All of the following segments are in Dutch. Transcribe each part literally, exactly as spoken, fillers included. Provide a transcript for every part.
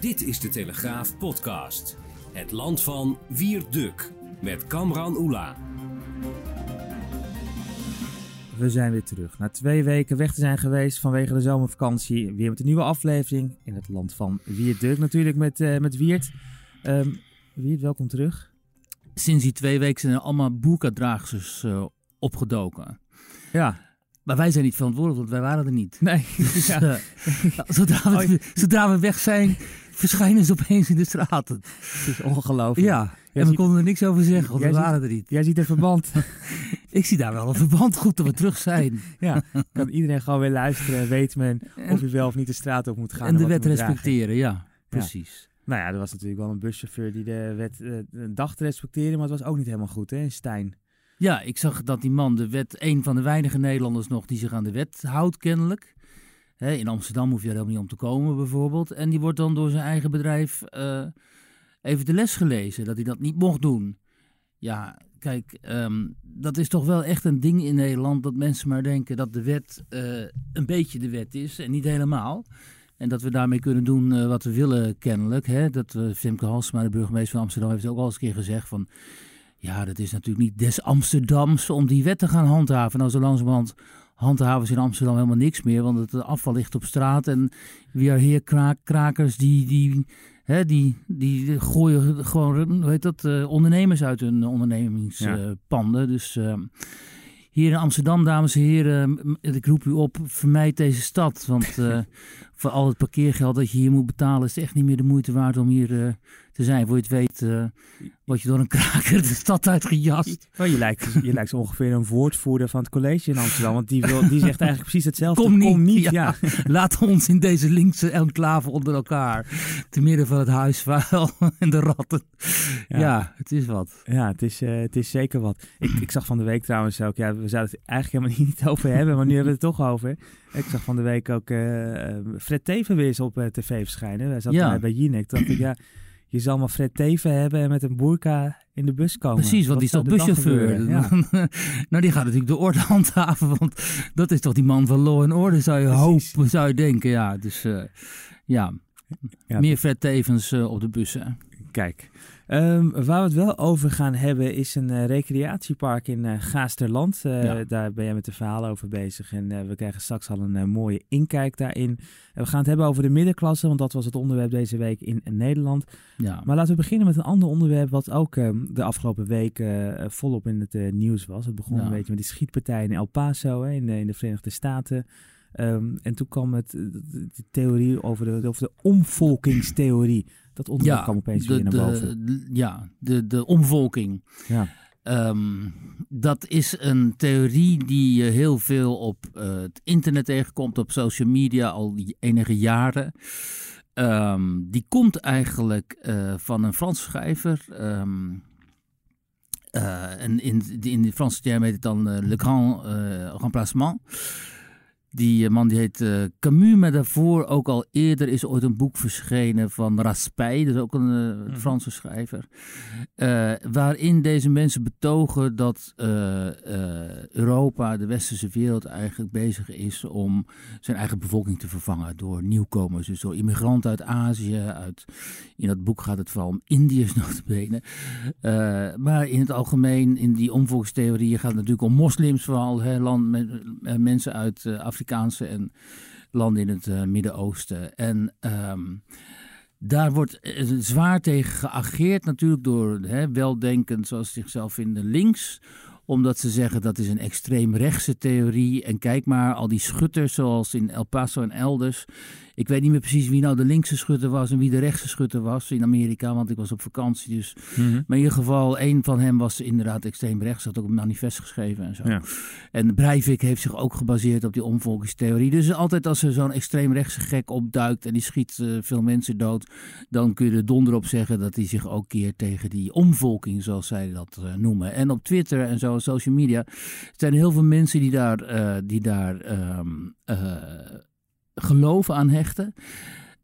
Dit is de Telegraaf podcast. Het land van Wierduk met Kamran Oela. We zijn weer terug. Na twee weken weg te zijn geweest vanwege de zomervakantie. Weer met een nieuwe aflevering in het land van Wierduk. Natuurlijk met, uh, met Wierd. Um, Wierd, welkom terug. Sinds die twee weken zijn er allemaal boerkadraagsters uh, opgedoken. Ja. Maar wij zijn niet verantwoordelijk, want wij waren er niet. Nee. Dus, ja. uh, zodra, we, zodra we weg zijn, verschijnen ze opeens in de straten. Het is ongelooflijk. Ja, Jij en we ziet... konden er niks over zeggen, want we ziet... waren er niet. Jij ziet een verband. Ik zie daar wel een verband, goed dat we terug zijn. Ja, kan iedereen gewoon weer luisteren. Weet men of je wel of niet de straat op moet gaan. En de en wet respecteren, ja, precies. Ja. Nou ja, er was natuurlijk wel een buschauffeur die de wet uh, dacht te respecteren, maar het was ook niet helemaal goed, hè, Stijn? Ja, ik zag dat die man de wet, een van de weinige Nederlanders nog die zich aan de wet houdt kennelijk. He, in Amsterdam hoef je er helemaal niet om te komen bijvoorbeeld. En die wordt dan door zijn eigen bedrijf uh, even de les gelezen, dat hij dat niet mocht doen. Ja, kijk, um, dat is toch wel echt een ding in Nederland, dat mensen maar denken dat de wet uh, een beetje de wet is en niet helemaal. En dat we daarmee kunnen doen uh, wat we willen kennelijk. Hè? Dat uh, Femke Halsema, de burgemeester van Amsterdam, heeft ook al eens een keer gezegd van... Ja, dat is natuurlijk niet des Amsterdams om die wet te gaan handhaven. Nou, zo langzamerhand handhaven ze in Amsterdam helemaal niks meer. Want het afval ligt op straat. En wie er heer kraak, krakers die, die, hè, die, die gooien gewoon, hoe heet dat, uh, ondernemers uit hun ondernemingspanden. Ja. Uh, dus uh, hier in Amsterdam, dames en heren, ik roep u op, vermijd deze stad. Want uh, voor al het parkeergeld dat je hier moet betalen, is het echt niet meer de moeite waard om hier... Uh, te zijn. Voor je het weet, uh, word je door een kraker de stad uitgejast. Oh, je, lijkt, je lijkt zo ongeveer een woordvoerder van het college in Amsterdam. Want die, wil, die zegt eigenlijk precies hetzelfde. Kom niet. Kom niet ja. Ja. Laat ons in deze linkse enclave onder elkaar. Te midden van het huisvuil en de ratten. Ja, ja het is wat. Ja, het is, uh, het is zeker wat. Ik, ik zag van de week trouwens ook, ja, we zouden het eigenlijk helemaal niet over hebben, maar nu hebben we het toch over. Ik zag van de week ook uh, Fred Teven weer eens op uh, tv verschijnen. Hij zat ja. uh, bij Jinek. Dacht ik, ja... Je zal maar Fred Teven hebben en met een burka in de bus komen. Precies, want die is toch buschauffeur. Ja. Nou, die gaat natuurlijk de orde handhaven, want dat is toch die man van law and order, zou je Precies. hopen, zou je denken. Ja, dus uh, ja. ja, meer Fred Tevens uh, op de bussen. Kijk, um, waar we het wel over gaan hebben is een uh, recreatiepark in uh, Gaasterland. Uh, ja. Daar ben jij met de verhalen over bezig en uh, we krijgen straks al een uh, mooie inkijk daarin. Uh, we gaan het hebben over de middenklasse, want dat was het onderwerp deze week in, in Nederland. Ja. Maar laten we beginnen met een ander onderwerp wat ook uh, de afgelopen week uh, volop in het uh, nieuws was. Het begon ja. een beetje met die schietpartij in El Paso, hè, in, de, in de Verenigde Staten. Um, en toen kwam het, de, de theorie over de, over de omvolkingstheorie. Dat onderwerp ja, kwam opeens de, weer naar de, boven. De, ja, de, de omvolking. Ja. Um, dat is een theorie die je heel veel op uh, het internet tegenkomt, op social media al enige jaren. Um, die komt eigenlijk uh, van een Franse schrijver. Um, uh, en in, in de Franse term heet het dan uh, Le Grand uh, Remplacement. Die man die heet uh, Camus, maar daarvoor ook al eerder is ooit een boek verschenen van Raspail, dat is ook een uh, Franse schrijver, uh, waarin deze mensen betogen dat uh, uh, Europa, de westerse wereld, eigenlijk bezig is om zijn eigen bevolking te vervangen door nieuwkomers, dus door immigranten uit Azië, uit, in dat boek gaat het vooral om Indiërs notabene, uh, maar in het algemeen, in die omvolkingstheorieën gaat het natuurlijk om moslims vooral, hè, land, met, uh, mensen uit uh, Afrika, Afrikaanse en landen in het uh, Midden-Oosten. En um, daar wordt uh, zwaar tegen geageerd natuurlijk door hè, weldenkend, zoals ze zichzelf vinden, links. Omdat ze zeggen dat is een extreemrechtse theorie. En kijk maar, al die schutters zoals in El Paso en elders. Ik weet niet meer precies wie nou de linkse schutter was en wie de rechtse schutter was in Amerika, want ik was op vakantie. Dus. Mm-hmm. Maar in ieder geval, een van hen was inderdaad extreem rechts, had ook een manifest geschreven en zo. Ja. En Breivik heeft zich ook gebaseerd op die omvolkingstheorie. Dus altijd als er zo'n extreem rechtse gek opduikt en die schiet uh, veel mensen dood, dan kun je er donder op zeggen dat hij zich ook keert tegen die omvolking, zoals zij dat uh, noemen. En op Twitter en zo, social media, zijn er heel veel mensen die daar, uh, die daar um, uh, geloof aan hechten.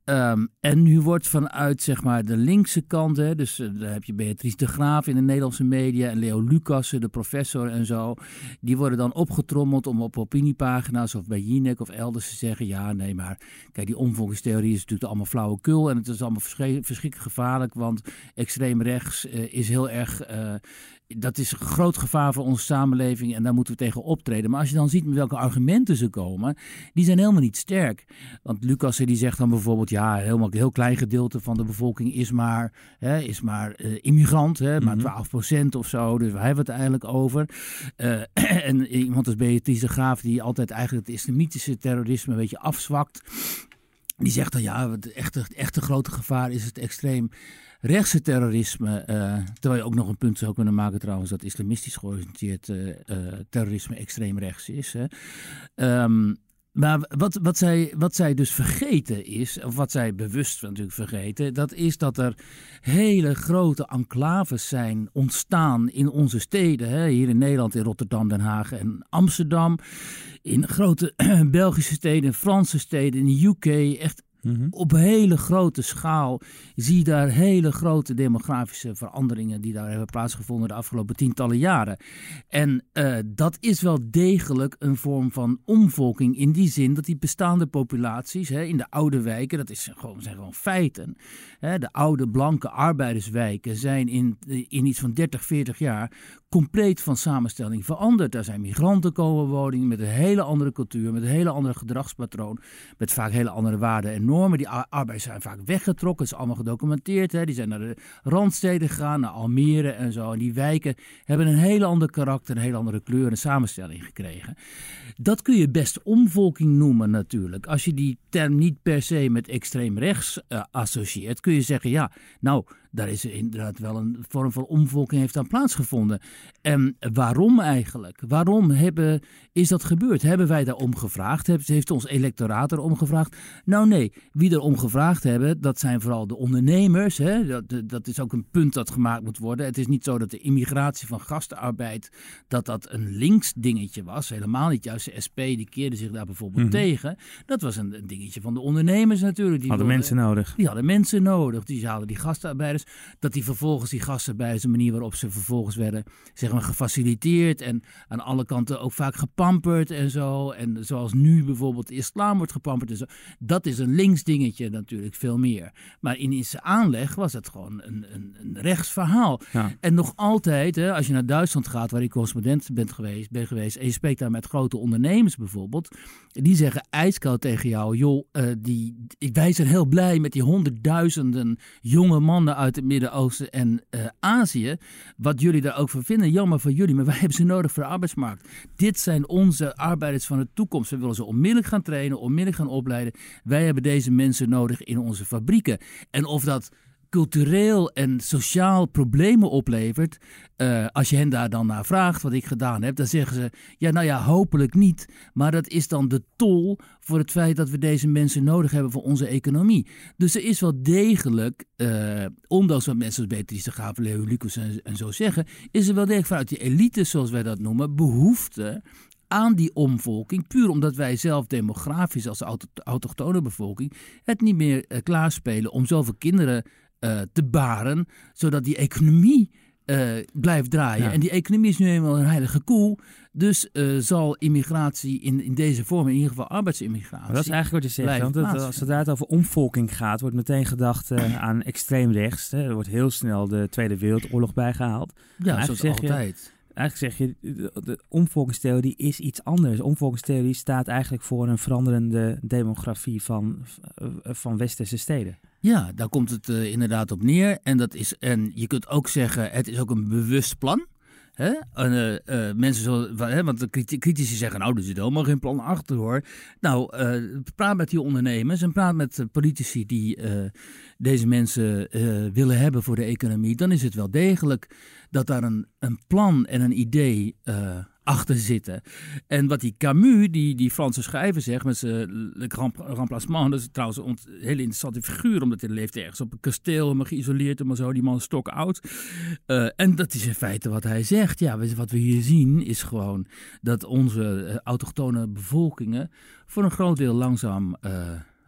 Um, en nu wordt vanuit zeg maar, de linkse kant, hè, dus uh, daar heb je Beatrice de Graaf in de Nederlandse media en Leo Lucassen, de professor en zo, die worden dan opgetrommeld om op opiniepagina's of bij Jinek of elders te zeggen, ja nee maar, kijk die omvolkingstheorie is natuurlijk allemaal flauwekul en het is allemaal verschri- verschrikkelijk gevaarlijk, want extreem rechts uh, is heel erg... Uh, Dat is een groot gevaar voor onze samenleving en daar moeten we tegen optreden. Maar als je dan ziet met welke argumenten ze komen, die zijn helemaal niet sterk. Want Lucassen die zegt dan bijvoorbeeld, ja, helemaal een heel klein gedeelte van de bevolking is maar, hè, is maar uh, immigrant, hè, mm-hmm. maar twaalf procent of zo. Dus waar hebben we het eigenlijk over? Uh, en iemand als Beatrice de Graaf die altijd eigenlijk het islamitische terrorisme een beetje afzwakt. Die zegt dan, ja, het echte, echte grote gevaar is het extreem rechtse terrorisme. Uh, terwijl je ook nog een punt zou kunnen maken trouwens dat islamistisch georiënteerd uh, uh, terrorisme extreem rechts is. Hè. Um, maar wat, wat, zij, wat zij dus vergeten is, of wat zij bewust natuurlijk vergeten, dat is dat er hele grote enclaves zijn ontstaan in onze steden. Hè. Hier in Nederland, in Rotterdam, Den Haag en Amsterdam. In grote Belgische steden, Franse steden, in de U K, echt mm-hmm. op hele grote schaal zie je daar hele grote demografische veranderingen die daar hebben plaatsgevonden de afgelopen tientallen jaren. En uh, dat is wel degelijk een vorm van omvolking in die zin dat die bestaande populaties hè, in de oude wijken, dat is gewoon, zijn gewoon feiten. Hè, de oude blanke arbeiderswijken zijn in, in iets van dertig, veertig jaar compleet van samenstelling veranderd. Daar zijn migranten komen wonen met een hele andere cultuur, met een hele andere gedragspatroon, met vaak hele andere waarden en normen. Die arbeiders zijn vaak weggetrokken, dat is allemaal gedocumenteerd. Hè. Die zijn naar de randsteden gegaan, naar Almere en zo. En die wijken hebben een heel ander karakter, een hele andere kleur en samenstelling gekregen. Dat kun je best omvolking noemen natuurlijk. Als je die term niet per se met extreem rechts uh, associeert, kun je zeggen, ja, nou, daar is inderdaad wel een vorm van omvolking heeft aan plaatsgevonden. En waarom eigenlijk? Waarom hebben, is dat gebeurd? Hebben wij daarom gevraagd? Heeft, heeft ons electoraat erom gevraagd? Nou nee, wie erom gevraagd hebben, dat zijn vooral de ondernemers. Hè? Dat, dat is ook een punt dat gemaakt moet worden. Het is niet zo dat de immigratie van gastenarbeid, dat dat een links dingetje was. Helemaal niet. Juist de S P, die keerde zich daar bijvoorbeeld mm-hmm. tegen. Dat was een, een dingetje van de ondernemers natuurlijk. Die hadden wilden, mensen nodig. Die hadden mensen nodig. Die haalden die gastenarbeiders. Dat die vervolgens die gastenarbeiders, de manier waarop ze vervolgens werden zeg maar, gefaciliteerd en aan alle kanten ook vaak gepamperd en zo. En zoals nu bijvoorbeeld de islam wordt gepamperd en zo. Dat is een links dingetje natuurlijk, veel meer. Maar in zijn aanleg was het gewoon een, een, een rechts verhaal. Ja. En nog altijd, hè, als je naar Duitsland gaat, waar ik correspondent ben geweest, ben geweest en je spreekt daar met grote ondernemers bijvoorbeeld, die zeggen ijskoud tegen jou, joh, uh, die, wij zijn heel blij met die honderdduizenden jonge mannen uit het Midden-Oosten en uh, Azië. Wat jullie daar ook van vinden, jammer voor jullie, maar wij hebben ze nodig voor de arbeidsmarkt. Dit zijn onze arbeiders van de toekomst. We willen ze onmiddellijk gaan trainen, onmiddellijk gaan opleiden. Wij hebben deze mensen nodig in onze fabrieken. En of dat cultureel en sociaal problemen oplevert, uh, als je hen daar dan naar vraagt, wat ik gedaan heb, dan zeggen ze, ja nou ja, hopelijk niet, maar dat is dan de tol voor het feit dat we deze mensen nodig hebben voor onze economie. Dus er is wel degelijk, uh, ondanks wat mensen als Beatrice de Graaf, Leo Lucassen en, en zo zeggen, is er wel degelijk vanuit die elite, zoals wij dat noemen, behoefte aan die omvolking, puur omdat wij zelf demografisch als auto- autochtone bevolking het niet meer uh, klaarspelen om zoveel kinderen Uh, te baren, zodat die economie uh, blijft draaien. Ja. En die economie is nu eenmaal een heilige koe, dus uh, zal immigratie in, in deze vorm, in ieder geval arbeidsimmigratie, maar dat is eigenlijk wat je zegt, want het, als het daar over omvolking gaat, wordt meteen gedacht uh, aan extreem rechts. Hè. Er wordt heel snel de Tweede Wereldoorlog bijgehaald. Ja, zoals altijd. Je, Eigenlijk zeg je, de, de omvolkingstheorie is iets anders. De omvolkingstheorie staat eigenlijk voor een veranderende demografie van, van westerse steden. Ja, daar komt het uh, inderdaad op neer. En, dat is, en je kunt ook zeggen, het is ook een bewust plan. Hè? En, uh, uh, mensen zo, hè, want de critici zeggen, nou, er zit helemaal geen plan achter hoor. Nou, uh, praat met die ondernemers en praat met politici die uh, deze mensen uh, willen hebben voor de economie. Dan is het wel degelijk dat daar een, een plan en een idee uh, achter zitten. En wat die Camus, die, die Franse schrijver, zegt met zijn Le Grand Remplacement, dat is trouwens een hele interessante figuur, omdat hij leeft ergens op een kasteel, helemaal geïsoleerd, maar zo, die man is stokoud. Uh, en dat is in feite wat hij zegt. Ja, wat we hier zien is gewoon dat onze uh, autochtone bevolkingen voor een groot deel langzaam uh,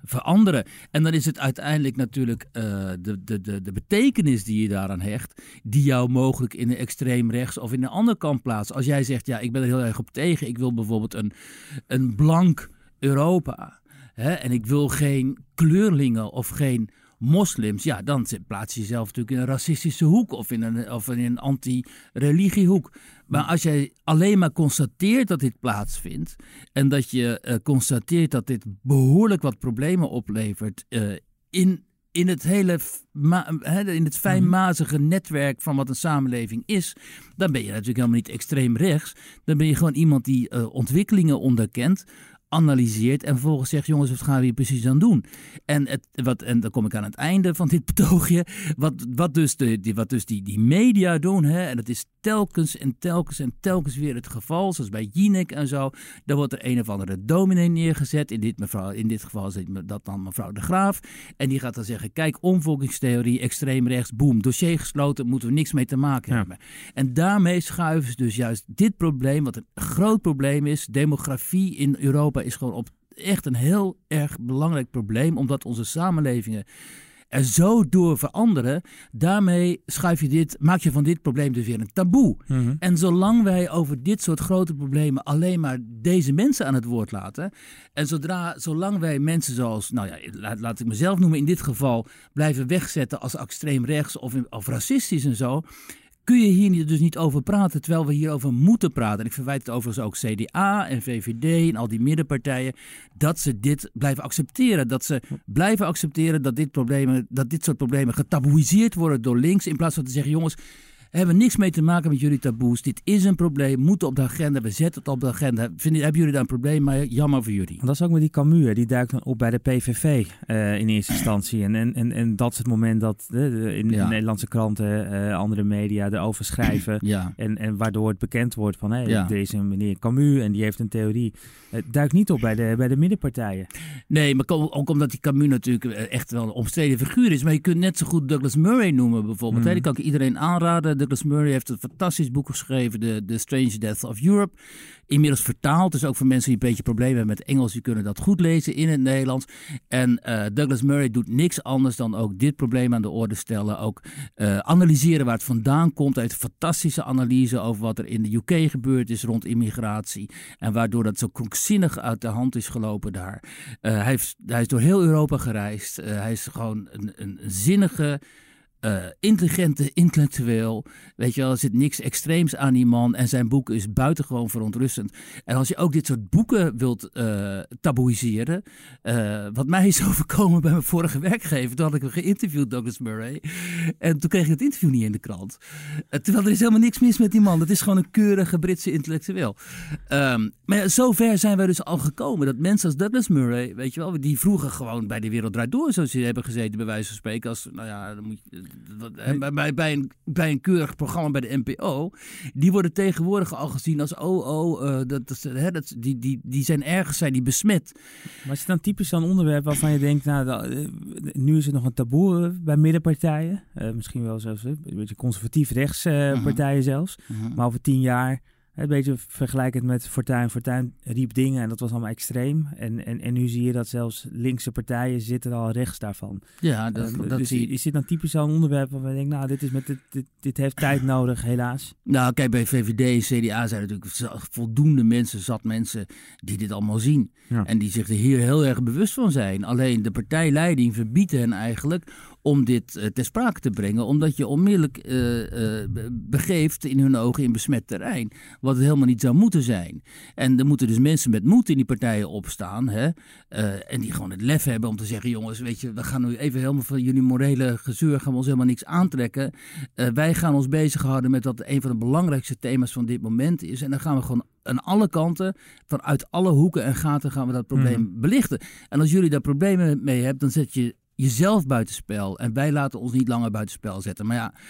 veranderen. En dan is het uiteindelijk natuurlijk uh, de, de, de, de betekenis die je daaraan hecht, die jou mogelijk in een extreem rechts of in een andere kant plaatst. Als jij zegt, ja, ik ben er heel erg op tegen. Ik wil bijvoorbeeld een, een blank Europa. Hè, en ik wil geen kleurlingen of geen moslims. Ja, dan plaats je jezelf natuurlijk in een racistische hoek of in een, of in een anti-religiehoek. Maar als jij alleen maar constateert dat dit plaatsvindt en dat je uh, constateert dat dit behoorlijk wat problemen oplevert uh, in, in het hele ma- in het fijnmazige netwerk van wat een samenleving is, dan ben je natuurlijk helemaal niet extreem rechts. Dan ben je gewoon iemand die uh, ontwikkelingen onderkent, analyseert en vervolgens zegt, jongens, wat gaan we hier precies aan doen? En, het, wat, en dan kom ik aan het einde van dit betoogje. Wat, wat dus, de, die, wat dus die, die media doen, hè, en dat is telkens en telkens en telkens weer het geval, zoals bij Jinek en zo. Dan wordt er een of andere dominee neergezet. In dit, mevrouw, in dit geval is dat dan mevrouw De Graaf. En die gaat dan zeggen, kijk, omvolkingstheorie, extreem rechts, boem, dossier gesloten, moeten we niks mee te maken ja. hebben. En daarmee schuiven ze dus juist dit probleem, wat een groot probleem is, demografie in Europa is gewoon op echt een heel erg belangrijk probleem, omdat onze samenlevingen er zo door veranderen. Daarmee schuif je dit, maak je van dit probleem dus weer een taboe. Mm-hmm. En zolang wij over dit soort grote problemen alleen maar deze mensen aan het woord laten, en zodra, zolang wij mensen zoals, nou ja, laat, laat ik mezelf noemen, in dit geval blijven wegzetten als extreem rechts of, of racistisch en zo, kun je hier dus niet over praten, terwijl we hierover moeten praten. En ik verwijt het overigens ook C D A en V V D en al die middenpartijen, dat ze dit blijven accepteren. Dat ze blijven accepteren dat dit, problemen, dat dit soort problemen getaboeiseerd worden door links, in plaats van te zeggen, jongens, hebben niks mee te maken met jullie taboes. Dit is een probleem, moet op de agenda. We zetten het op de agenda. Vinden, hebben jullie daar een probleem? Maar jammer voor jullie. Dat is ook met die Camus. Die duikt dan op bij de P V V uh, in eerste instantie. En, en, en, en dat is het moment dat de, de, in ja. Nederlandse kranten, uh, andere media erover schrijven. Ja. En, en waardoor het bekend wordt van, hé, ja. deze meneer Camus en die heeft een theorie. Het duikt niet op bij de, bij de middenpartijen. Nee, maar ook omdat die Camus natuurlijk echt wel een omstreden figuur is. Maar je kunt net zo goed Douglas Murray noemen bijvoorbeeld. Mm. Die kan ik iedereen aanraden. Douglas Murray heeft een fantastisch boek geschreven, The, The Strange Death of Europe. Inmiddels vertaald, dus ook voor mensen die een beetje problemen hebben met Engels, die kunnen dat goed lezen in het Nederlands. En uh, Douglas Murray doet niks anders dan ook dit probleem aan de orde stellen. Ook uh, analyseren waar het vandaan komt. Hij heeft een fantastische analyse over wat er in de U K gebeurd is rond immigratie. En waardoor dat zo krankzinnig uit de hand is gelopen daar. Uh, hij, heeft, hij is door heel Europa gereisd. Uh, hij is gewoon een, een zinnige, Uh, intelligente intellectueel, weet je wel, er zit niks extreems aan die man en zijn boek is buitengewoon verontrustend. En als je ook dit soort boeken wilt uh, taboeiseren, uh, wat mij is overkomen bij mijn vorige werkgever, toen had ik hem geïnterviewd, Douglas Murray, en toen kreeg ik het interview niet in de krant. Uh, terwijl er is helemaal niks mis met die man, dat is gewoon een keurige Britse intellectueel. Um, maar ja, zover zijn wij dus al gekomen, dat mensen als Douglas Murray, weet je wel, die vroeger gewoon bij De Wereld Draait Door, zoals ze hebben gezeten, bij wijze van spreken, als, nou ja, dan moet je Bij, bij, bij, een, bij een keurig programma bij de N P O, die worden tegenwoordig al gezien als oh, oh, uh, dat, dat, hè, dat, die, die, die zijn ergens zijn die besmet. Maar is het dan typisch zo'n onderwerp waarvan je denkt, nou, dat, uh, nu is het nog een taboe bij middenpartijen, uh, misschien wel zelfs uh, een beetje conservatief rechts uh, uh-huh. partijen zelfs, uh-huh. maar over tien jaar een beetje vergelijkend met Fortuyn. Fortuyn riep dingen en dat was allemaal extreem. En, en, en nu zie je dat zelfs linkse partijen zitten al rechts daarvan. Ja, dat, uh, dat dus zie je. Is dit dan typisch zo'n onderwerp waarvan je denkt, nou, dit, is met dit, dit, dit heeft tijd nodig, helaas? Nou, kijk, bij V V D en C D A zijn natuurlijk voldoende mensen, zat mensen, die dit allemaal zien. Ja. En die zich er hier heel erg bewust van zijn. Alleen de partijleiding verbiedt hen eigenlijk om dit uh, ter sprake te brengen. Omdat je onmiddellijk uh, uh, begeeft in hun ogen in besmet terrein. Wat het helemaal niet zou moeten zijn. En er moeten dus mensen met moed in die partijen opstaan. Hè? Uh, en die gewoon het lef hebben om te zeggen, jongens, weet je, we gaan nu even helemaal van jullie morele gezeur, gaan we ons helemaal niks aantrekken. Uh, wij gaan ons bezighouden met wat een van de belangrijkste thema's van dit moment is. En dan gaan we gewoon aan alle kanten, vanuit alle hoeken en gaten gaan we dat probleem mm. belichten. En als jullie daar problemen mee hebben, dan zet je jezelf buitenspel. En wij laten ons niet langer buitenspel zetten. Maar ja,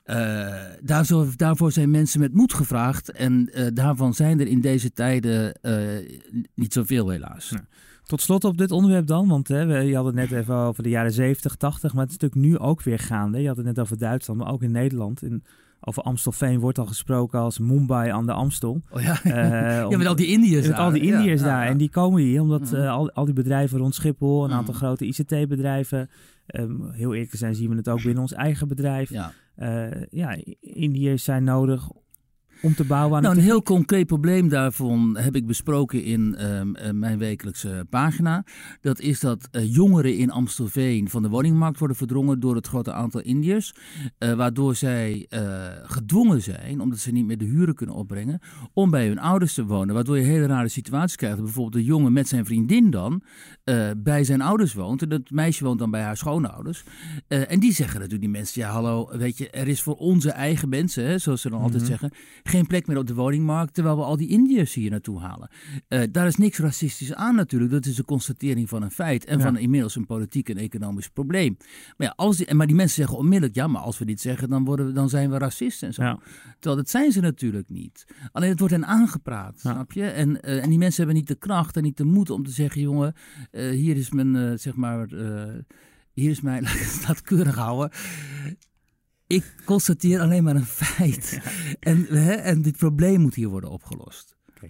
uh, daar zo, daarvoor zijn mensen met moed gevraagd. En uh, daarvan zijn er in deze tijden uh, niet zoveel helaas. Ja. Tot slot op dit onderwerp dan, want hè, je had het net even over de jaren zeventig, tachtig, maar het is natuurlijk nu ook weer gaande. Je had het net over Duitsland, maar ook in Nederland. In over Amstelveen wordt al gesproken als Mumbai aan de Amstel. Oh ja, uh, ja met al die Indiërs Met daar. al die Indiërs ja, daar. Ja. En die komen hier omdat Mm-hmm. uh, al, al die bedrijven rond Schiphol, een aantal Mm. grote I C T-bedrijven, um, heel eerlijk te zijn zien we het ook binnen ons eigen bedrijf. Ja, uh, ja Indiërs zijn nodig om te bouwen aan nou, een een heel concreet probleem daarvan heb ik besproken in um, uh, mijn wekelijkse pagina. Dat is dat uh, jongeren in Amstelveen van de woningmarkt worden verdrongen door het grote aantal Indiërs. Uh, waardoor zij uh, gedwongen zijn, omdat ze niet meer de huren kunnen opbrengen, om bij hun ouders te wonen. Waardoor je hele rare situaties krijgt. Bijvoorbeeld een jongen met zijn vriendin dan uh, bij zijn ouders woont. En dat meisje woont dan bij haar schoonouders. Uh, en die zeggen natuurlijk die mensen, ja hallo, weet je, er is voor onze eigen mensen, hè, zoals ze dan altijd Mm-hmm. zeggen, geen plek meer op de woningmarkt, terwijl we al die Indiërs hier naartoe halen. Uh, daar is niks racistisch aan natuurlijk. Dat is een constatering van een feit en ja. van inmiddels een politiek en economisch probleem. Maar, ja, als die, maar die mensen zeggen onmiddellijk, ja, maar als we dit zeggen, dan, worden we, dan zijn we racisten en zo. Ja. Terwijl dat zijn ze natuurlijk niet. Alleen het wordt hen aangepraat, ja. snap je? En, uh, en die mensen hebben niet de kracht en niet de moed om te zeggen, jongen, uh, hier is mijn, uh, zeg maar, uh, hier is mijn, laat het keurig houden. Ik constateer alleen maar een feit. Ja. En, hè, en dit probleem moet hier worden opgelost. Okay.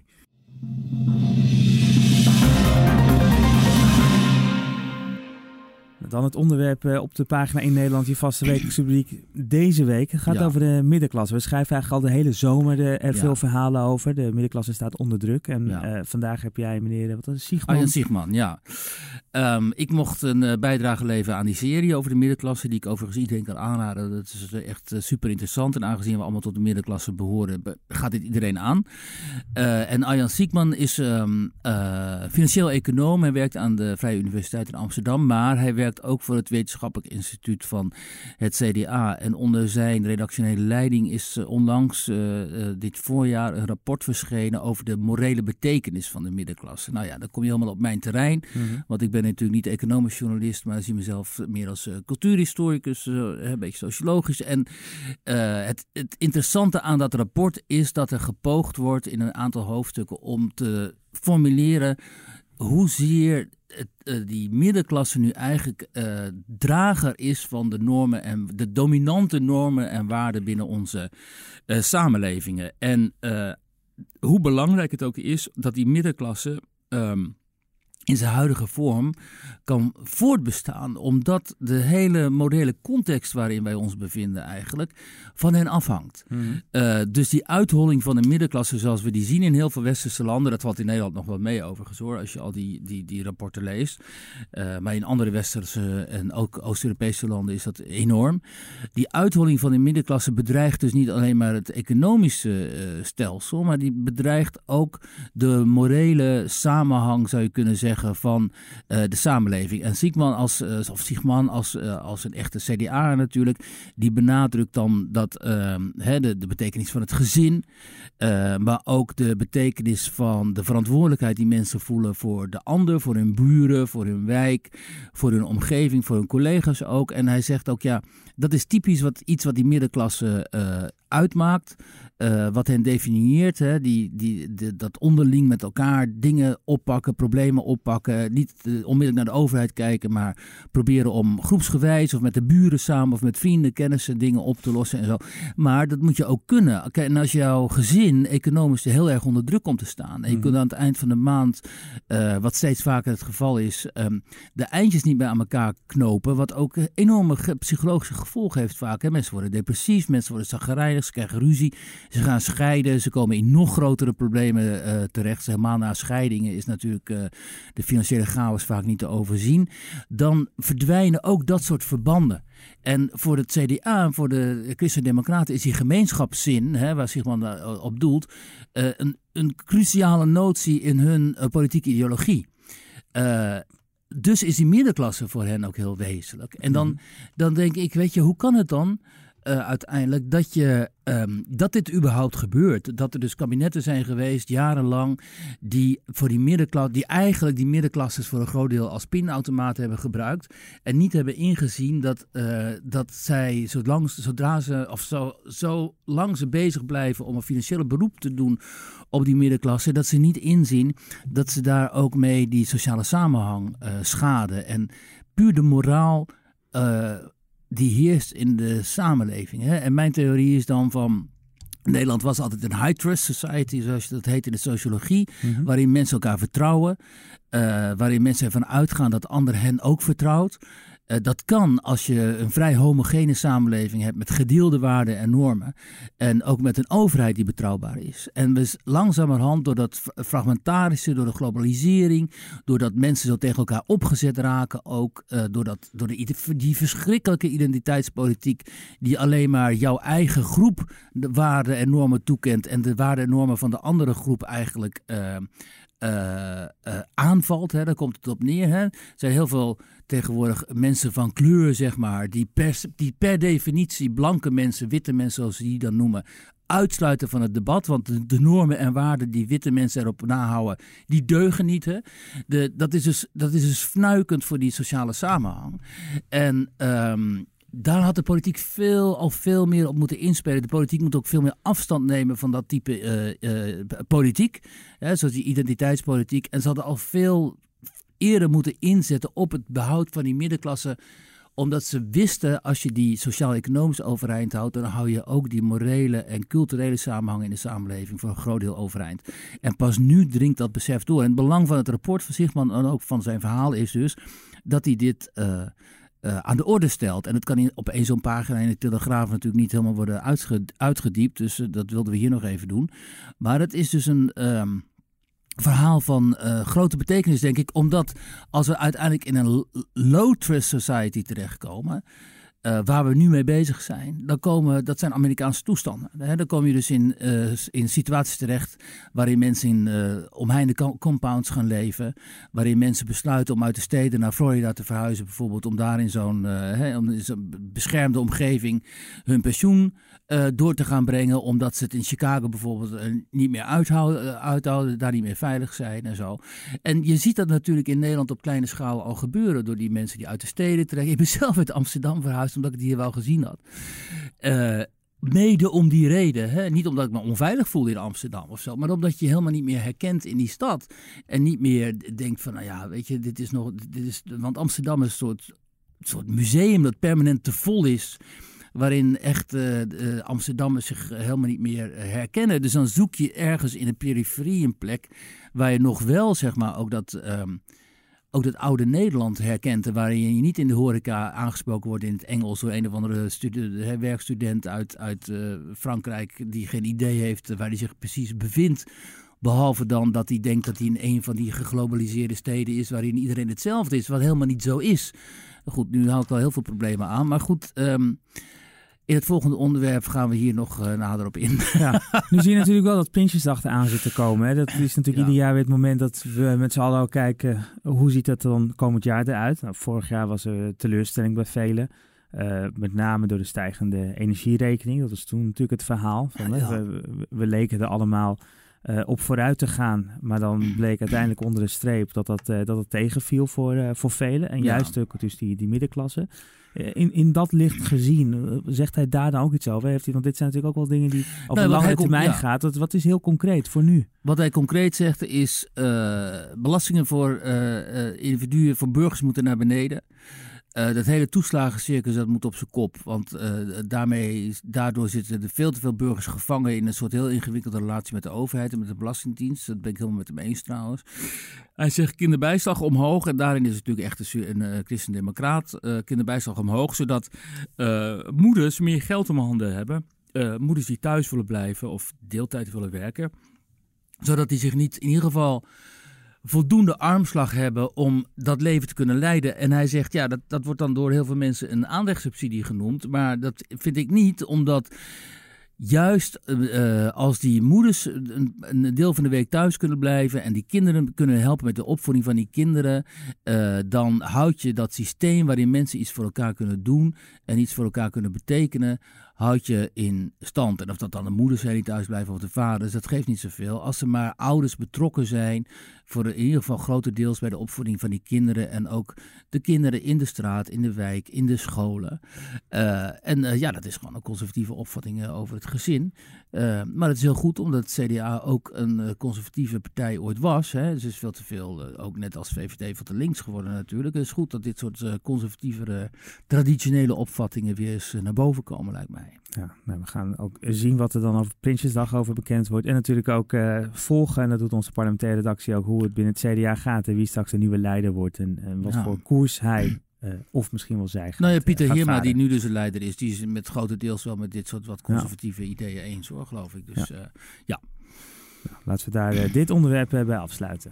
Dan het onderwerp uh, op de pagina in Nederland, je vaste wekelijkse rubriek deze week. Het gaat ja. over de middenklasse. We schrijven eigenlijk al de hele zomer er ja. veel verhalen over. De middenklasse staat onder druk. En ja. uh, vandaag heb jij meneer, wat was het, Siegman? Arjan Siegman, ja. Um, ik mocht een uh, bijdrage leveren aan die serie over de middenklasse, die ik overigens iedereen kan aanraden. Dat is echt uh, super interessant. En aangezien we allemaal tot de middenklasse behoren, gaat dit iedereen aan. Uh, en Arjan Siegman is um, uh, financieel econoom. Hij werkt aan de Vrije Universiteit in Amsterdam, maar hij werkt ook voor het wetenschappelijk instituut van het C D A. En onder zijn redactionele leiding is uh, onlangs uh, uh, dit voorjaar een rapport verschenen over de morele betekenis van de middenklasse. Nou ja, dan kom je helemaal op mijn terrein. Mm-hmm. Want ik ben natuurlijk niet economisch journalist, maar ik zie mezelf meer als uh, cultuurhistoricus, uh, een beetje sociologisch. En uh, het, het interessante aan dat rapport is dat er gepoogd wordt in een aantal hoofdstukken om te formuleren hoezeer het, uh, die middenklasse nu eigenlijk uh, drager is van de normen en de dominante normen en waarden binnen onze uh, samenlevingen. En uh, hoe belangrijk het ook is dat die middenklasse um, in zijn huidige vorm kan voortbestaan, omdat de hele morele context waarin wij ons bevinden eigenlijk van hen afhangt. Mm-hmm. Uh, dus die uitholling van de middenklasse zoals we die zien in heel veel westerse landen, dat valt in Nederland nog wel mee overigens hoor, als je al die, die, die rapporten leest. Uh, maar in andere westerse en ook Oost-Europese landen is dat enorm. Die uitholling van de middenklasse bedreigt dus niet alleen maar het economische uh, stelsel, maar die bedreigt ook de morele samenhang, zou je kunnen zeggen, van uh, de samenleving. En Siegman als, uh, of Siegman als, uh, als een echte C D A natuurlijk, die benadrukt dan dat uh, hè, de, de betekenis van het gezin, uh, maar ook de betekenis van de verantwoordelijkheid die mensen voelen voor de ander, voor hun buren, voor hun wijk, voor hun omgeving, voor hun collega's ook. En hij zegt ook, ja, dat is typisch wat, iets wat die middenklasse uh, uitmaakt, uh, wat hen definieert, hè, die, die, de, dat onderling met elkaar dingen oppakken, problemen oppakken, niet uh, onmiddellijk naar de overheid kijken, maar proberen om groepsgewijs of met de buren samen of met vrienden, kennissen dingen op te lossen en zo. Maar dat moet je ook kunnen. En als jouw gezin economisch heel erg onder druk komt te staan en je mm. kunt aan het eind van de maand, uh, wat steeds vaker het geval is, um, de eindjes niet meer aan elkaar knopen, wat ook enorme psychologische gevolgen heeft vaak. Hè. Mensen worden depressief, mensen worden chagrijnig, ze krijgen ruzie, ze gaan scheiden, ze komen in nog grotere problemen uh, terecht. Helemaal na scheidingen is natuurlijk uh, de financiële chaos vaak niet te overzien. Dan verdwijnen ook dat soort verbanden. En voor het C D A en voor de Christen-Democraten is die gemeenschapszin, hè, waar Siegman op doelt, uh, een, een cruciale notie in hun uh, politieke ideologie. Uh, Dus is die middenklasse voor hen ook heel wezenlijk. En dan, dan denk ik, weet je, hoe kan het dan uh, uiteindelijk dat, je, um, dat dit überhaupt gebeurt? Dat er dus kabinetten zijn geweest, jarenlang, die voor die middenklasse, die eigenlijk die middenklasses voor een groot deel als pinautomaat hebben gebruikt. En niet hebben ingezien dat, uh, dat zij, zolang, zodra ze, of zo, zo lang ze bezig blijven om een financiële beroep te doen op die middenklasse, dat ze niet inzien dat ze daar ook mee die sociale samenhang uh, schaden. En puur de moraal uh, die heerst in de samenleving. Hè? En mijn theorie is dan van... Nederland was altijd een high trust society, zoals dat heet in de sociologie, mm-hmm. waarin mensen elkaar vertrouwen, uh, waarin mensen ervan uitgaan dat ander hen ook vertrouwt. Uh, dat kan als je een vrij homogene samenleving hebt met gedeelde waarden en normen. En ook met een overheid die betrouwbaar is. En we langzamerhand door dat fragmentarische, door de globalisering, doordat mensen zo tegen elkaar opgezet raken, ook uh, door, dat, door de, die verschrikkelijke identiteitspolitiek die alleen maar jouw eigen groep de waarden en normen toekent en de waarden en normen van de andere groep eigenlijk uh, uh, uh, aanvalt. Hè. Daar komt het op neer. Hè. Er zijn heel veel tegenwoordig mensen van kleur, zeg maar, die per, die per definitie blanke mensen, witte mensen zoals ze die dan noemen, uitsluiten van het debat. Want de, de normen en waarden die witte mensen erop nahouden, die deugen niet. Hè? De, dat, is dus, dat is dus fnuikend voor die sociale samenhang. En um, daar had de politiek veel, al veel meer op moeten inspelen. De politiek moet ook veel meer afstand nemen van dat type uh, uh, politiek. Hè, zoals die identiteitspolitiek. En ze hadden al veel eerder moeten inzetten op het behoud van die middenklasse, omdat ze wisten, als je die sociaal-economisch overeind houdt, dan hou je ook die morele en culturele samenhang in de samenleving voor een groot deel overeind. En pas nu dringt dat besef door. En het belang van het rapport van Zygman en ook van zijn verhaal is dus dat hij dit uh, uh, aan de orde stelt. En het kan in, op één zo'n pagina in de Telegraaf natuurlijk niet helemaal worden uitge, uitgediept, dus uh, dat wilden we hier nog even doen. Maar het is dus een Um, verhaal van uh, grote betekenis, denk ik. Omdat als we uiteindelijk in een low-trust society terechtkomen, Uh, waar we nu mee bezig zijn, dan komen, dat zijn Amerikaanse toestanden. Hè? Dan kom je dus in, uh, in situaties terecht waarin mensen in uh, omheinde compounds gaan leven, waarin mensen besluiten om uit de steden naar Florida te verhuizen, bijvoorbeeld om daar in zo'n, uh, hè, in zo'n beschermde omgeving hun pensioen uh, door te gaan brengen, omdat ze het in Chicago bijvoorbeeld uh, niet meer uithouden, uh, uithouden, daar niet meer veilig zijn en zo. En je ziet dat natuurlijk in Nederland op kleine schaal al gebeuren door die mensen die uit de steden trekken. Ik ben zelf uit Amsterdam verhuisd, omdat ik het hier wel gezien had. Uh, mede om die reden. Hè? Niet omdat ik me onveilig voelde in Amsterdam of zo, maar omdat je helemaal niet meer herkent in die stad. En niet meer denkt van, nou ja, weet je, dit is nog, dit is, want Amsterdam is een soort, een soort museum dat permanent te vol is, waarin echt uh, uh, Amsterdammers zich helemaal niet meer uh, herkennen. Dus dan zoek je ergens in een periferie een plek waar je nog wel, zeg maar, ook dat Um, ook dat oude Nederland herkent, waarin je niet in de horeca aangesproken wordt in het Engels door een of andere studi- werkstudent uit, uit uh, Frankrijk die geen idee heeft waar hij zich precies bevindt. Behalve dan dat hij denkt dat hij in een van die geglobaliseerde steden is waarin iedereen hetzelfde is, wat helemaal niet zo is. Goed, nu haal ik wel heel veel problemen aan, maar goed, Um, in het volgende onderwerp gaan we hier nog uh, nader op in. Ja, nu zie je natuurlijk wel dat Prinsjesdag eraan zit te komen. Hè. Dat is natuurlijk ja. ieder jaar weer het moment dat we met z'n allen ook kijken, hoe ziet het dan komend jaar eruit? Nou, vorig jaar was er teleurstelling bij velen. Uh, met name door de stijgende energierekening. Dat was toen natuurlijk het verhaal. Van, ja, ja. We, we leken er allemaal uh, op vooruit te gaan. Maar dan bleek uiteindelijk onder de streep dat, dat, uh, dat het tegenviel voor, uh, voor velen. En juist ja. ook dus die, die middenklasse. In, in dat licht gezien, zegt hij daar dan ook iets over? Heeft hij, want dit zijn natuurlijk ook wel dingen die over nee, langere termijn ja. gaat. Wat, wat is heel concreet voor nu? Wat hij concreet zegt is, uh, belastingen voor uh, uh, individuen, voor burgers moeten naar beneden. Uh, dat hele toeslagencircus, dat moet op zijn kop. Want uh, daarmee, daardoor zitten er veel te veel burgers gevangen in een soort heel ingewikkelde relatie met de overheid en met de Belastingdienst. Dat ben ik helemaal met hem eens trouwens. Hij zegt kinderbijslag omhoog. En daarin is het natuurlijk echt een, een, een christendemocraat. Uh, kinderbijslag omhoog, zodat uh, moeders meer geld om handen hebben. Uh, moeders die thuis willen blijven of deeltijd willen werken. Zodat die zich niet in ieder geval voldoende armslag hebben om dat leven te kunnen leiden. En hij zegt, ja, dat, dat wordt dan door heel veel mensen een aanlegsubsidie genoemd. Maar dat vind ik niet, omdat juist uh, als die moeders een, een deel van de week thuis kunnen blijven en die kinderen kunnen helpen met de opvoeding van die kinderen, uh, dan houd je dat systeem waarin mensen iets voor elkaar kunnen doen en iets voor elkaar kunnen betekenen, houd je in stand. En of dat dan de moeders zijn die thuis blijven of de vaders, dat geeft niet zoveel. Als er maar ouders betrokken zijn, voor de, in ieder geval grotendeels bij de opvoeding van die kinderen en ook de kinderen in de straat, in de wijk, in de scholen. Uh, en uh, ja, dat is gewoon een conservatieve opvatting uh, over het gezin. Uh, maar het is heel goed omdat het C D A ook een uh, conservatieve partij ooit was. Hè. Dus het is veel te veel, uh, ook net als V V D, veel te links geworden natuurlijk. Het is goed dat dit soort uh, conservatievere, traditionele opvattingen weer eens uh, naar boven komen, lijkt mij. Ja, nou, we gaan ook zien wat er dan over Prinsjesdag over bekend wordt. En natuurlijk ook uh, volgen, en dat doet onze parlementaire redactie ook, hoe het binnen het C D A gaat en wie straks de nieuwe leider wordt en, en wat ja. voor koers hij uh, of misschien wel zij gaat. Nou ja, Pieter uh, Heerma, varen. die nu dus de leider is, die is met grotendeels wel met dit soort wat conservatieve ja. ideeën eens hoor, geloof ik. Dus ja. Uh, ja. Nou, laten we daar uh, dit onderwerp uh, bij afsluiten.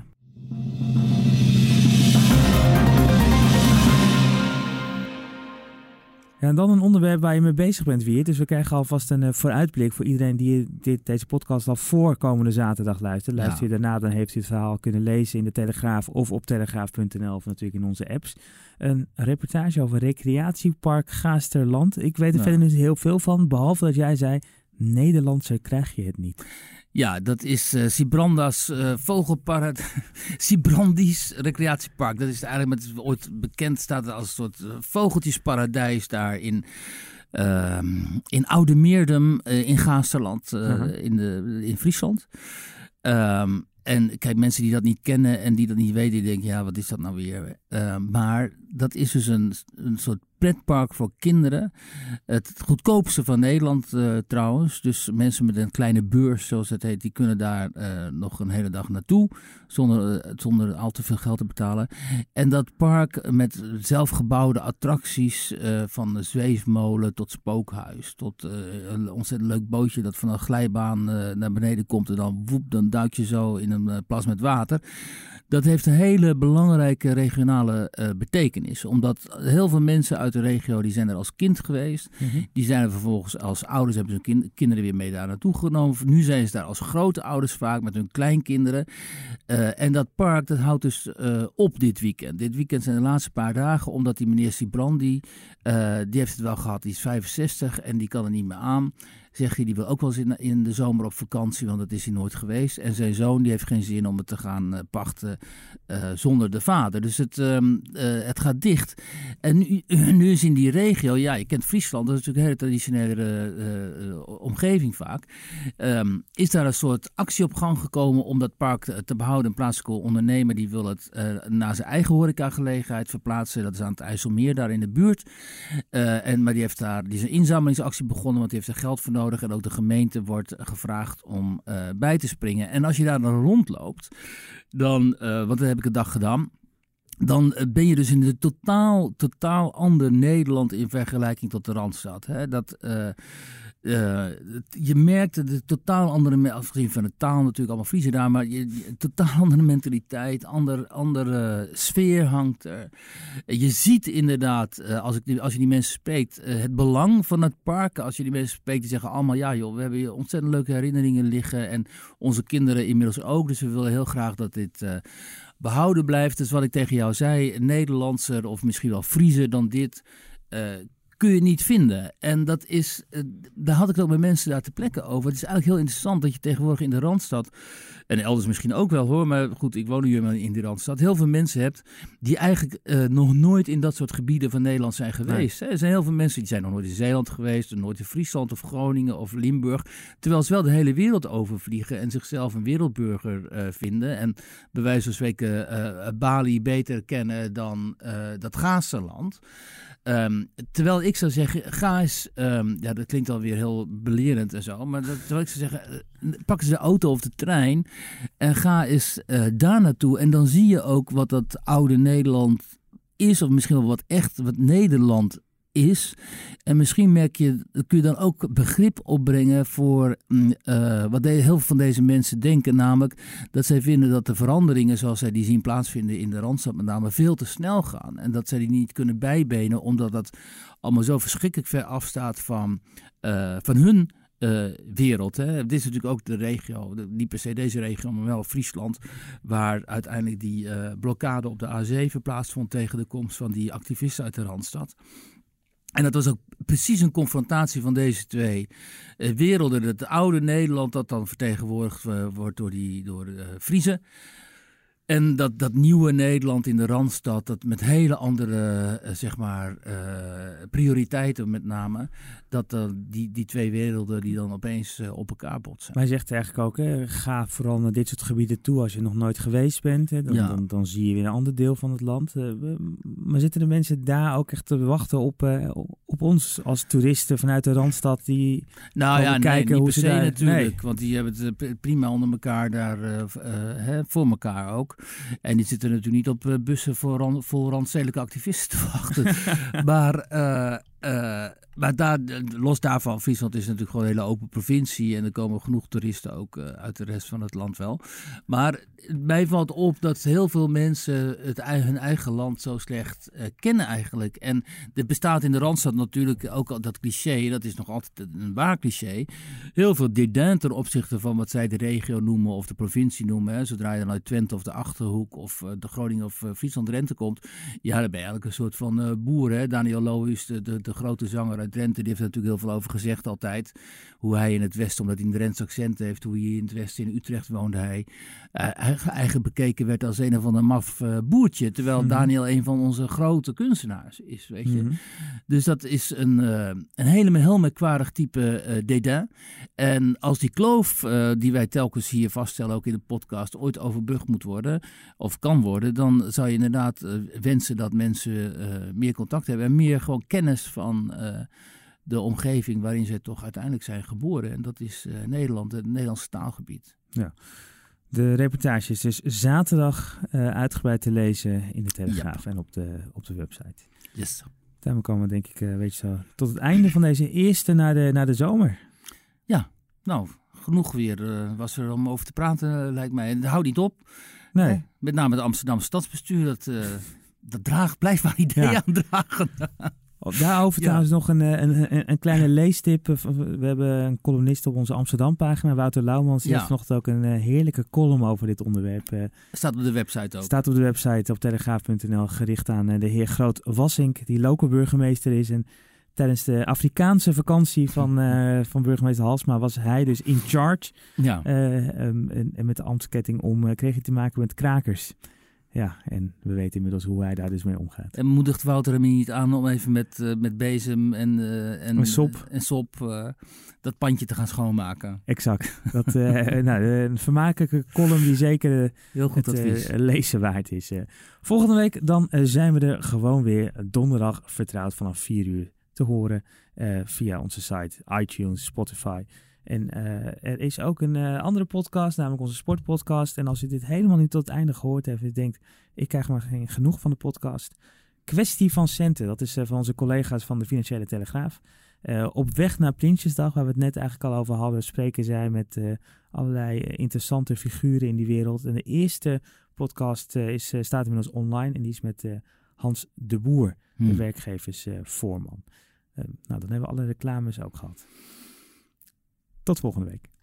Ja, en dan een onderwerp waar je mee bezig bent, Wiert. Dus we krijgen alvast een uh, vooruitblik voor iedereen die dit, deze podcast al voor komende zaterdag luistert. Luister je ja. daarna, dan heeft u het verhaal kunnen lezen in de Telegraaf of op telegraaf punt n l of natuurlijk in onze apps. Een reportage over recreatiepark Gaasterland. Ik weet er ja. verder niet heel veel van, behalve dat jij zei, Nederlandse krijg je het niet. Ja, dat is uh, Sibranda's uh, vogelparadijs. Sibrandis recreatiepark. Dat is eigenlijk met ooit bekend staat als een soort uh, vogeltjesparadijs daar in, uh, in Oude Meerdum uh, in Gaasterland uh, uh-huh. in, de, in Friesland. Um, en kijk, mensen die dat niet kennen en die dat niet weten, die denken, ja, wat is dat nou weer? Uh, maar dat is dus een, een soort pretpark voor kinderen. Het goedkoopste van Nederland uh, trouwens. Dus mensen met een kleine beurs, zoals het heet, die kunnen daar uh, nog een hele dag naartoe. Zonder, uh, zonder al te veel geld te betalen. En dat park met zelfgebouwde attracties, uh, van de zweefmolen tot spookhuis. Tot uh, een ontzettend leuk bootje dat van een glijbaan uh, naar beneden komt. En dan woep, dan duik je zo in een uh, plas met water. Dat heeft een hele belangrijke regionale uh, betekenis. Omdat heel veel mensen uit de regio, die zijn er als kind geweest. Mm-hmm. Die zijn er vervolgens als ouders, hebben ze hun kind, kinderen weer mee daar naartoe genomen. Nu zijn ze daar als grote ouders vaak met hun kleinkinderen. Uh, en dat park, dat houdt dus uh, op dit weekend. Dit weekend zijn de laatste paar dagen, omdat die meneer Sibrandi, uh, die heeft het wel gehad. Die is vijfenzestig en die kan er niet meer aan. Zegt hij, die wil ook wel eens in, in de zomer op vakantie, want dat is hij nooit geweest. En zijn zoon, die heeft geen zin om het te gaan uh, pachten uh, zonder de vader. Dus het, um, uh, het gaat dicht. En nu, nu is in die regio, ja, je kent Friesland, dat is natuurlijk een hele traditionele uh, uh, omgeving vaak. Um, is daar een soort actie op gang gekomen om dat park te, te behouden. Een plaatselijke ondernemer, die wil het uh, naar zijn eigen horecagelegenheid verplaatsen. Dat is aan het IJsselmeer, daar in de buurt. Uh, en, maar die heeft daar, die is een inzamelingsactie begonnen, want die heeft er geld voor nodig. En ook de gemeente wordt gevraagd om uh, bij te springen. En als je daar dan rondloopt, dan, uh, want dat heb ik een dag gedaan, dan ben je dus in een totaal, totaal ander Nederland in vergelijking tot de Randstad. Hè? Dat, uh, uh, je merkt de totaal andere, afgezien van de taal natuurlijk, allemaal Friese daar, maar je, je, totaal andere mentaliteit, ander, andere sfeer hangt er. Je ziet inderdaad, uh, als, ik, als je die mensen spreekt, uh, het belang van het park. Als je die mensen spreekt, die zeggen allemaal, ja joh, we hebben hier ontzettend leuke herinneringen liggen en onze kinderen inmiddels ook, dus we willen heel graag dat dit Uh, behouden blijft. Dus wat ik tegen jou zei, Nederlandser of misschien wel Friese dan dit, uh, kun je niet vinden. En dat is, uh, daar had ik het ook met mensen daar ter plekke over. Het is eigenlijk heel interessant dat je tegenwoordig in de Randstad, en elders misschien ook wel hoor, maar goed, ik woon nu in die Randstad, heel veel mensen hebt die eigenlijk uh, nog nooit in dat soort gebieden van Nederland zijn geweest. Nee. Er zijn heel veel mensen die zijn nog nooit in Zeeland geweest, nooit in Friesland of Groningen of Limburg, terwijl ze wel de hele wereld overvliegen en zichzelf een wereldburger uh, vinden en bij wijze van spreken uh, Bali beter kennen dan uh, dat Gaasterland. Um, terwijl ik zou zeggen, ga eens, um, ja dat klinkt alweer heel belerend en zo, maar dat, terwijl ik zou zeggen, uh, pak eens de auto of de trein en ga eens uh, daar naartoe en dan zie je ook wat dat oude Nederland is, of misschien wel wat echt, wat Nederland is. En misschien merk je, kun je dan ook begrip opbrengen voor uh, wat de, heel veel van deze mensen denken. Namelijk dat zij vinden dat de veranderingen zoals zij die zien plaatsvinden in de Randstad met name veel te snel gaan. En dat zij die niet kunnen bijbenen omdat dat allemaal zo verschrikkelijk ver afstaat van, uh, van hun Uh, wereld. Hè. Dit is natuurlijk ook de regio, niet per se deze regio, maar wel Friesland, waar uiteindelijk die uh, blokkade op de A zeven plaatsvond tegen de komst van die activisten uit de Randstad. En dat was ook precies een confrontatie van deze twee uh, werelden. Het oude Nederland dat dan vertegenwoordigd uh, wordt door, die, door uh, Friezen. En dat, dat nieuwe Nederland in de Randstad, dat met hele andere uh, zeg maar, uh, prioriteiten met name, dat uh, die, die twee werelden die dan opeens uh, op elkaar botsen. Maar hij zegt eigenlijk ook, hè, ga vooral naar dit soort gebieden toe als je nog nooit geweest bent. Hè, dan, ja. dan, dan zie je weer een ander deel van het land. Uh, maar zitten de mensen daar ook echt te wachten op, uh, op ons als toeristen vanuit de Randstad die nou ja, kijken nee, niet hoe per ze se daar... natuurlijk, Nee. want die hebben het prima onder elkaar daar, uh, uh, hè, voor elkaar ook. En die zitten natuurlijk niet op uh, bussen voor ran, vol randstedelijke activisten te wachten. maar, uh, uh, maar daar, los daarvan, Friesland is natuurlijk gewoon een hele open provincie. En er komen genoeg toeristen ook uh, uit de rest van het land wel. Maar mij valt op dat heel veel mensen het, hun eigen land zo slecht uh, kennen eigenlijk. En er bestaat in de Randstad natuurlijk ook al dat cliché, dat is nog altijd een waar cliché. Heel veel dédain ten opzichte van wat zij de regio noemen of de provincie noemen. Hè. Zodra je dan uit Twente of de Achterhoek of uh, de Groningen of uh, Friesland Drenthe komt, ja, dan ben je eigenlijk een soort van uh, boer. Hè. Daniel Lohuis, de, de, de grote zanger uit Drenthe, die heeft er natuurlijk heel veel over gezegd altijd. Hoe hij in het Westen, omdat hij een Drentse accent heeft, hoe hij in het Westen in Utrecht woonde, hij uh, eigen bekeken werd als een of ander maf uh, boertje. Terwijl mm-hmm. Daniel een van onze grote kunstenaars is, weet je. Mm-hmm. Dus dat is een, uh, een hele, heel merkwaardig type uh, dédain. En als die kloof uh, die wij telkens hier vaststellen, ook in de podcast, ooit overbrugd moet worden, of kan worden, dan zou je inderdaad uh, wensen dat mensen uh, meer contact hebben en meer gewoon kennis van uh, de omgeving waarin ze toch uiteindelijk zijn geboren. En dat is uh, Nederland, het Nederlandse taalgebied. Ja. De reportage is dus zaterdag uh, uitgebreid te lezen in de Telegraaf ja. en op de, op de website. Yes. Daarmee komen we denk ik uh, weet je zo, tot het einde van deze eerste naar de, naar de zomer. Ja, nou, genoeg weer uh, was er om over te praten, uh, lijkt mij. En houd niet op. Nee. Eh, met name het Amsterdamse stadsbestuur, dat, uh, dat draagt, blijft maar ideeën ja. aandragen. Daarover ja. trouwens nog een, een, een kleine leestip. We hebben een columnist op onze Amsterdam-pagina, Wouter Lauwmans. Die ja. heeft vanochtend ook een heerlijke column over dit onderwerp. Staat op de website ook. Staat op de website op telegraaf punt n l, gericht aan de heer Groot-Wassink, die local burgemeester is. En tijdens de Afrikaanse vakantie van, uh, van burgemeester Halsma was hij dus in charge. Ja. Uh, um, en, en met de ambtsketting om uh, kreeg hij te maken met krakers. Ja, en we weten inmiddels hoe hij daar dus mee omgaat. En moedigt Wouter hem niet aan om even met, uh, met bezem en, uh, en, en sop, en sop uh, dat pandje te gaan schoonmaken? Exact. Dat, uh, nou, een vermakelijke column die zeker uh, Heel goed het advies. Uh, lezen waard is. Uh, volgende week dan uh, zijn we er gewoon weer donderdag vertrouwd vanaf vier uur te horen uh, via onze site, iTunes, Spotify. En uh, er is ook een uh, andere podcast, namelijk onze sportpodcast. En als u dit helemaal niet tot het einde gehoord heeft en denkt, ik krijg maar geen genoeg van de podcast. Kwestie van centen, dat is uh, van onze collega's van de Financiële Telegraaf. Uh, op weg naar Prinsjesdag, waar we het net eigenlijk al over hadden, spreken zij met uh, allerlei interessante figuren in die wereld. En de eerste podcast uh, is, uh, staat inmiddels online en die is met uh, Hans de Boer, hmm. de werkgeversvoorman. Uh, nou, dan hebben we alle reclames ook gehad. Tot volgende week.